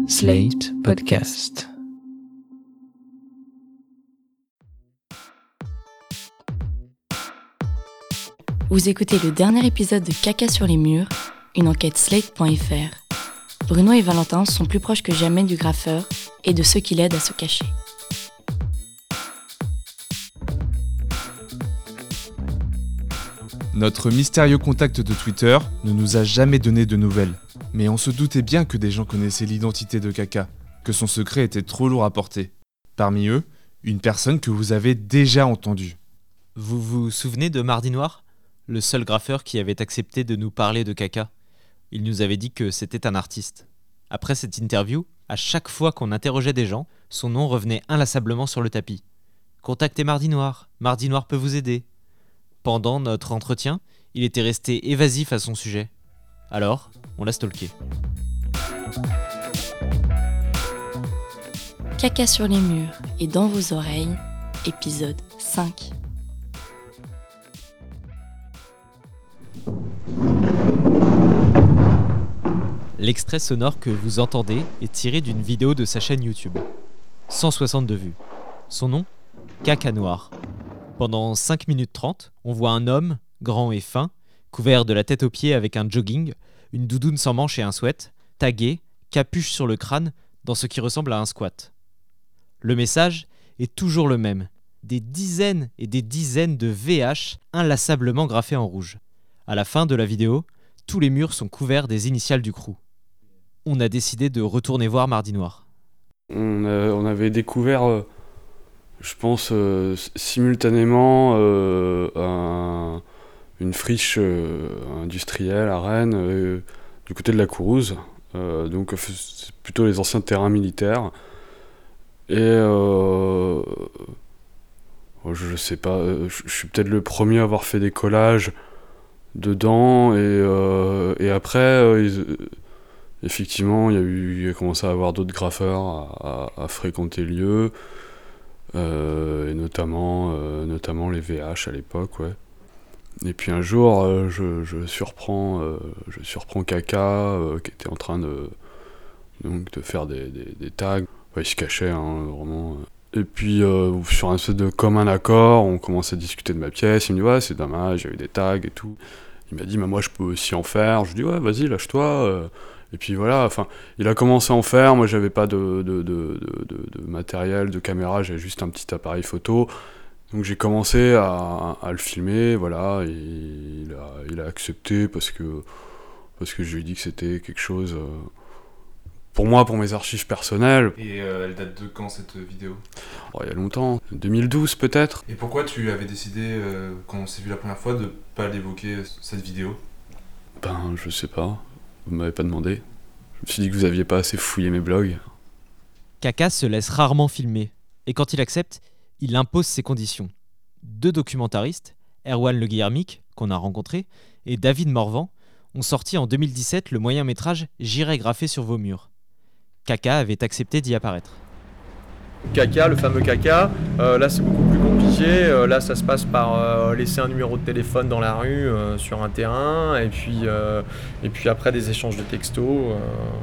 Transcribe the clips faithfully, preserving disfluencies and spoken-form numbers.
Slate Podcast. Vous écoutez le dernier épisode de Caca sur les murs, une enquête slate point f r. Bruno et Valentin sont plus proches que jamais du graffeur et de ceux qui l'aident à se cacher. Notre mystérieux contact de Twitter ne nous a jamais donné de nouvelles. Mais on se doutait bien que des gens connaissaient l'identité de Caca, que son secret était trop lourd à porter. Parmi eux, une personne que vous avez déjà entendue. Vous vous souvenez de Mardi Noir ? Le seul graffeur qui avait accepté de nous parler de Caca. Il nous avait dit que c'était un artiste. Après cette interview, à chaque fois qu'on interrogeait des gens, son nom revenait inlassablement sur le tapis. Contactez Mardi Noir, Mardi Noir peut vous aider. Pendant notre entretien, il était resté évasif à son sujet. Alors, on l'a stalké. Caca sur les murs et dans vos oreilles, épisode cinq. L'extrait sonore que vous entendez est tiré d'une vidéo de sa chaîne YouTube. cent soixante-deux vues. Son nom ? Caca Noir. Pendant cinq minutes trente, on voit un homme, grand et fin, couvert de la tête aux pieds avec un jogging, une doudoune sans manches et un sweat, tagué, capuche sur le crâne, dans ce qui ressemble à un squat. Le message est toujours le même. Des dizaines et des dizaines de V H inlassablement graffés en rouge. À la fin de la vidéo, tous les murs sont couverts des initiales du crew. On a décidé de retourner voir Mardi Noir. On, a, on avait découvert, euh, je pense, euh, simultanément euh, un, une friche euh, industrielle à Rennes, euh, du côté de la Courrouze. Euh, donc c'est plutôt les anciens terrains militaires. Et euh, je sais pas, je, je suis peut-être le premier à avoir fait des collages dedans. Et, euh, et après, euh, ils, effectivement, il y a eu, il a commencé à avoir d'autres graffeurs à, à, à fréquenter le lieu, euh, et notamment, euh, notamment les V H à l'époque, ouais. Et puis un jour, euh, je, je surprends, euh, je surprends Caca euh, qui était en train de, donc, de faire des, des, des tags. Ouais, il se cachait, hein, vraiment. Et puis euh, sur un espèce de commun accord, on commence à discuter de ma pièce. Il me dit ouais, c'est dommage, il y a eu des tags et tout. Il m'a dit mais moi je peux aussi en faire. Je lui dis ouais, vas-y, lâche-toi. Euh, Et puis voilà, enfin, il a commencé à en faire. Moi, j'avais pas de, de, de, de, de, de matériel, de caméra, j'avais juste un petit appareil photo. Donc j'ai commencé à, à le filmer, voilà, et il a, il a accepté parce que, parce que je lui ai dit que c'était quelque chose euh, pour moi, pour mes archives personnelles. Et euh, elle date de quand cette vidéo ? Oh, il y a longtemps, deux mille douze peut-être. Et pourquoi tu avais décidé, euh, quand on s'est vu la première fois, de pas l'évoquer, cette vidéo ? Ben, je sais pas. Vous m'avez pas demandé. Je me suis dit que vous aviez pas assez fouillé mes blogs. Caca se laisse rarement filmer, et quand il accepte, il impose ses conditions. Deux documentaristes, Erwan Le Guillermic, qu'on a rencontré, et David Morvan, ont sorti en deux mille dix-sept le moyen-métrage « J'irai graffer sur vos murs ». Caca avait accepté d'y apparaître. Caca, le fameux Caca, euh, là c'est beaucoup plus compliqué, euh, là ça se passe par euh, laisser un numéro de téléphone dans la rue, euh, sur un terrain, et puis, euh, et puis après des échanges de textos euh,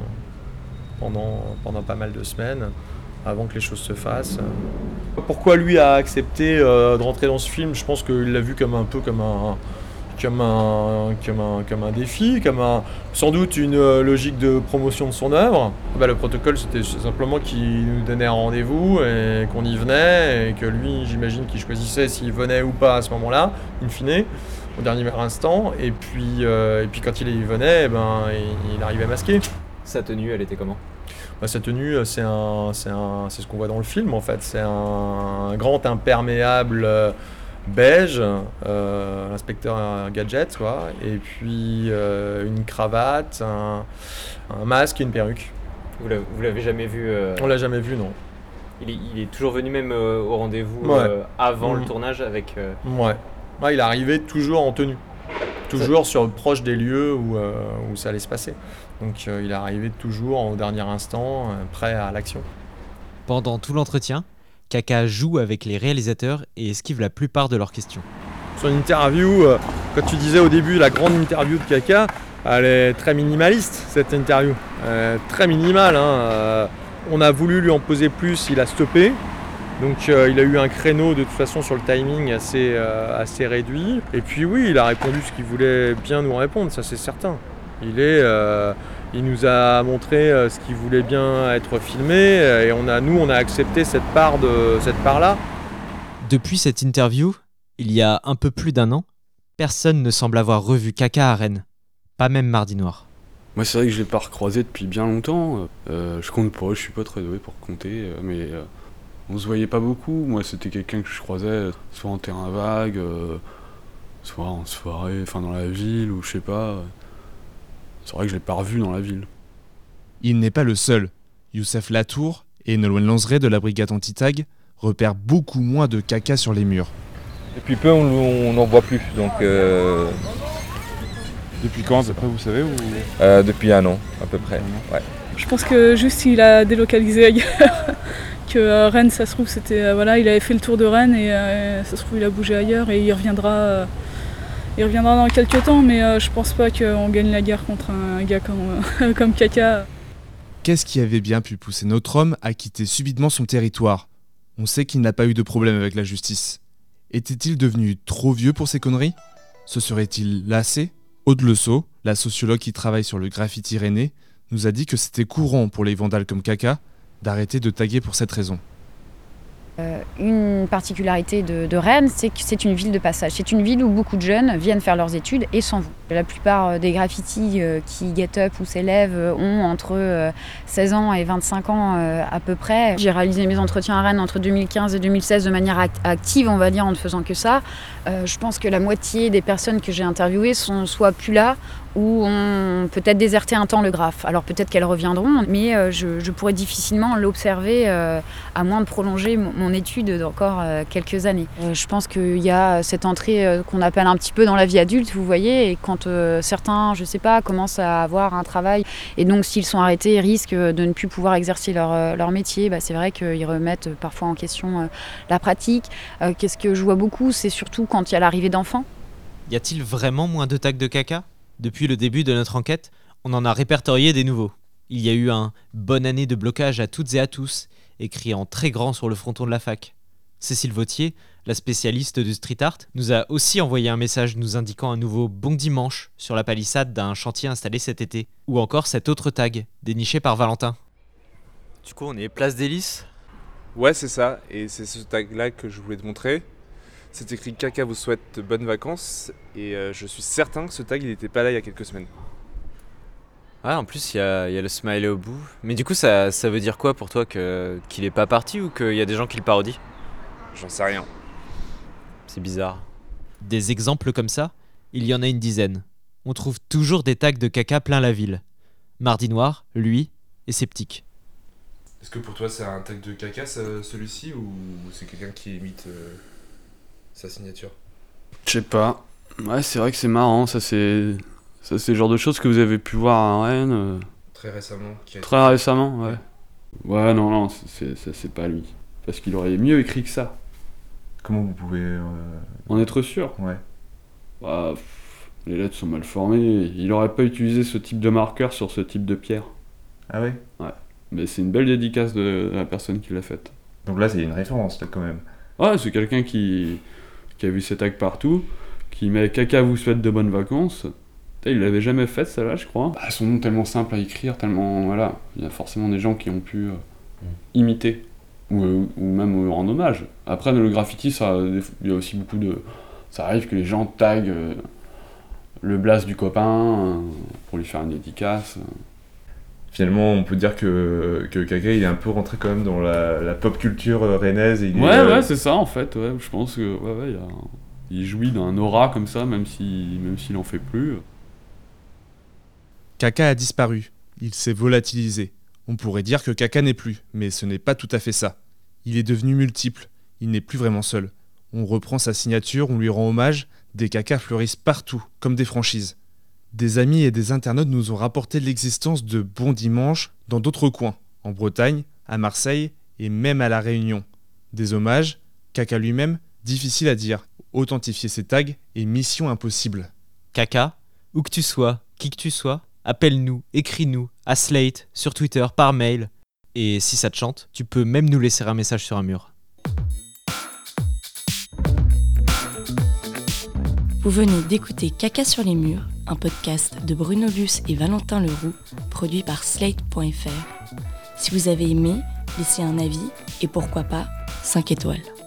pendant, pendant pas mal de semaines, avant que les choses se fassent. Pourquoi lui a accepté euh, de rentrer dans ce film ? Je pense qu'il l'a vu comme un peu comme un... Comme un, comme, un, comme un défi, comme un, sans doute une euh, logique de promotion de son œuvre. Bah, le protocole, c'était simplement qu'il nous donnait un rendez-vous et qu'on y venait, et que lui, j'imagine qu'il choisissait s'il venait ou pas à ce moment-là, in fine, au dernier instant. Et puis, euh, et puis quand il y venait, eh ben, il, il arrivait masqué. Sa tenue, elle était comment ? Bah, sa tenue, c'est, un, c'est, un, c'est ce qu'on voit dans le film, en fait. C'est un, un grand imperméable euh, beige, euh, inspecteur gadget, quoi, et puis euh, une cravate, un, un masque et une perruque. Vous l'avez, vous l'avez jamais vu euh... On l'a jamais vu, non. Il est, il est toujours venu même euh, au rendez-vous ouais. euh, avant mmh. le tournage avec... Euh... Ouais. ouais, il est arrivé toujours en tenue. Toujours ça... sur, proche des lieux où, euh, où ça allait se passer. Donc euh, il est arrivé toujours au dernier instant, euh, prêt à l'action. Pendant tout l'entretien, Caca joue avec les réalisateurs et esquive la plupart de leurs questions. Sur une interview, euh, quand tu disais au début la grande interview de Caca, Elle est très minimaliste, cette interview. Elle est très minimale. Hein. Euh, on a voulu lui en poser plus, il a stoppé. Donc euh, il a eu un créneau de toute façon sur le timing assez, euh, assez réduit. Et puis oui, il a répondu ce qu'il voulait bien nous répondre, ça c'est certain. Il, est, euh, il nous a montré euh, ce qu'il voulait bien être filmé et on a, nous on a accepté cette part de, cette part-là. Depuis cette interview, il y a un peu plus d'un an, personne ne semble avoir revu Kaka à Rennes. Pas même Mardi Noir. Moi c'est vrai que je l'ai pas recroisé depuis bien longtemps. Euh, je compte pas, je suis pas très doué pour compter, mais euh, on se voyait pas beaucoup. Moi c'était quelqu'un que je croisais soit en terrain vague, euh, soit en soirée, enfin dans la ville ou je sais pas. C'est vrai que je l'ai pas revu dans la ville. Il n'est pas le seul. Youssef Latour et Nolwenn Lanzeret de la brigade anti-tag repèrent beaucoup moins de caca sur les murs. Depuis peu, on n'en voit plus, donc... Euh... Depuis quand, après, vous savez ou... euh, Depuis un an, à peu près, ouais. Je pense que juste il a délocalisé ailleurs, que euh, Rennes, ça se trouve, c'était... Euh, voilà, il avait fait le tour de Rennes et euh, ça se trouve, il a bougé ailleurs et il reviendra... Euh, il reviendra dans quelques temps, mais euh, je pense pas qu'on gagne la guerre contre un gars comme, euh, comme Kaka. Qu'est-ce qui avait bien pu pousser notre homme à quitter subitement son territoire ? On sait qu'il n'a pas eu de problème avec la justice. Était-il devenu trop vieux pour ces conneries ? Se serait-il lassé ? Aude Le Sceau, la sociologue qui travaille sur le graffiti rennais, nous a dit que c'était courant pour les vandales comme Kaka d'arrêter de taguer pour cette raison. Euh, une particularité de, de Rennes, c'est que c'est une ville de passage. C'est une ville où beaucoup de jeunes viennent faire leurs études et s'en vont. La plupart des graffitis euh, qui get up ou s'élèvent euh, ont entre euh, seize ans et vingt-cinq ans euh, à peu près. J'ai réalisé mes entretiens à Rennes entre deux mille quinze et deux mille seize de manière act- active, on va dire, en ne faisant que ça. Euh, je pense que la moitié des personnes que j'ai interviewées sont soit plus là ou ont peut-être déserté un temps le graphe. Alors peut-être qu'elles reviendront, mais euh, je, je pourrais difficilement l'observer euh, à moins de prolonger mon, mon étude d'encore euh, quelques années. Euh, je pense qu'il y a cette entrée euh, qu'on appelle un petit peu dans la vie adulte, vous voyez, et quand euh, certains, je sais pas, commencent à avoir un travail, et donc s'ils sont arrêtés, risquent de ne plus pouvoir exercer leur, euh, leur métier, bah, c'est vrai qu'ils remettent parfois en question euh, la pratique. Euh, qu'est-ce que je vois beaucoup, c'est surtout quand il y a l'arrivée d'enfants. Y a-t-il vraiment moins de tags de caca ? Depuis le début de notre enquête, on en a répertorié des nouveaux. Il y a eu un « Bonne année de blocage à toutes et à tous » écrit en très grand sur le fronton de la fac. Cécile Vautier, la spécialiste de street art, nous a aussi envoyé un message nous indiquant un nouveau « Bon dimanche » sur la palissade d'un chantier installé cet été. Ou encore cet autre tag, déniché par Valentin. Du coup, on est place des Lys ? Ouais, c'est ça, et c'est ce tag-là que je voulais te montrer. C'est écrit « Kaka vous souhaite de bonnes vacances » et euh, je suis certain que ce tag il n'était pas là il y a quelques semaines. Ouais, en plus il y a, y a le smiley au bout. Mais du coup ça, ça veut dire quoi pour toi que, qu'il est pas parti ou qu'il y a des gens qui le parodient ? J'en sais rien. C'est bizarre. Des exemples comme ça, il y en a une dizaine. On trouve toujours des tags de caca plein la ville. Mardi Noir, lui, est sceptique. Est-ce que pour toi c'est un tag de caca celui-ci ou c'est quelqu'un qui imite euh, sa signature ? Je sais pas. Ouais, c'est vrai que c'est marrant, ça c'est... Ça c'est le genre de choses que vous avez pu voir à Rennes. Euh... Très récemment. Qui a Très été... récemment, ouais. Ouais, non, non, c'est, c'est, c'est pas lui. Parce qu'il aurait mieux écrit que ça. Comment vous pouvez... Euh... En être sûr ? Ouais. Bah, pff, les lettres sont mal formées. Il aurait pas utilisé ce type de marqueur sur ce type de pierre. Ah ouais ? Ouais. Mais c'est une belle dédicace de la personne qui l'a faite. Donc là, c'est une référence, là, quand même. Ouais, c'est quelqu'un qui, qui a vu ces tags partout, qui met « Kaka vous souhaite de bonnes vacances ». Il l'avait jamais fait, celle-là, je crois. Bah, son nom tellement simple à écrire, tellement... Voilà. Il y a forcément des gens qui ont pu euh, mmh. imiter. Ou, euh, ou même euh, rendre hommage. Après, dans le graffiti, ça, il y a aussi beaucoup de... Ça arrive que les gens taguent euh, le blast du copain euh, pour lui faire une dédicace. Euh. Finalement, on peut dire que, que Kaka, il est un peu rentré quand même dans la, la pop culture rennaise. Et il ouais, est, euh... ouais, c'est ça, en fait. Ouais. Je pense que ouais, ouais, il, y a... il jouit d'un aura comme ça, même, si, même s'il en fait plus. Kaka a disparu. Il s'est volatilisé. On pourrait dire que Kaka n'est plus, mais ce n'est pas tout à fait ça. Il est devenu multiple. Il n'est plus vraiment seul. On reprend sa signature, on lui rend hommage. Des Kaka fleurissent partout, comme des franchises. Des amis et des internautes nous ont rapporté l'existence de Bon Dimanche dans d'autres coins, en Bretagne, à Marseille et même à La Réunion. Des hommages, Kaka lui-même, difficile à dire. Authentifier ces tags est mission impossible. Kaka, où que tu sois, Qui que tu sois, appelle-nous, écris-nous, à Slate, sur Twitter, par mail. Et si ça te chante, tu peux même nous laisser un message sur un mur. Vous venez d'écouter Caca sur les murs, un podcast de Bruno Bus et Valentin Leroux, produit par Slate point F R. Si vous avez aimé, laissez un avis et pourquoi pas cinq étoiles.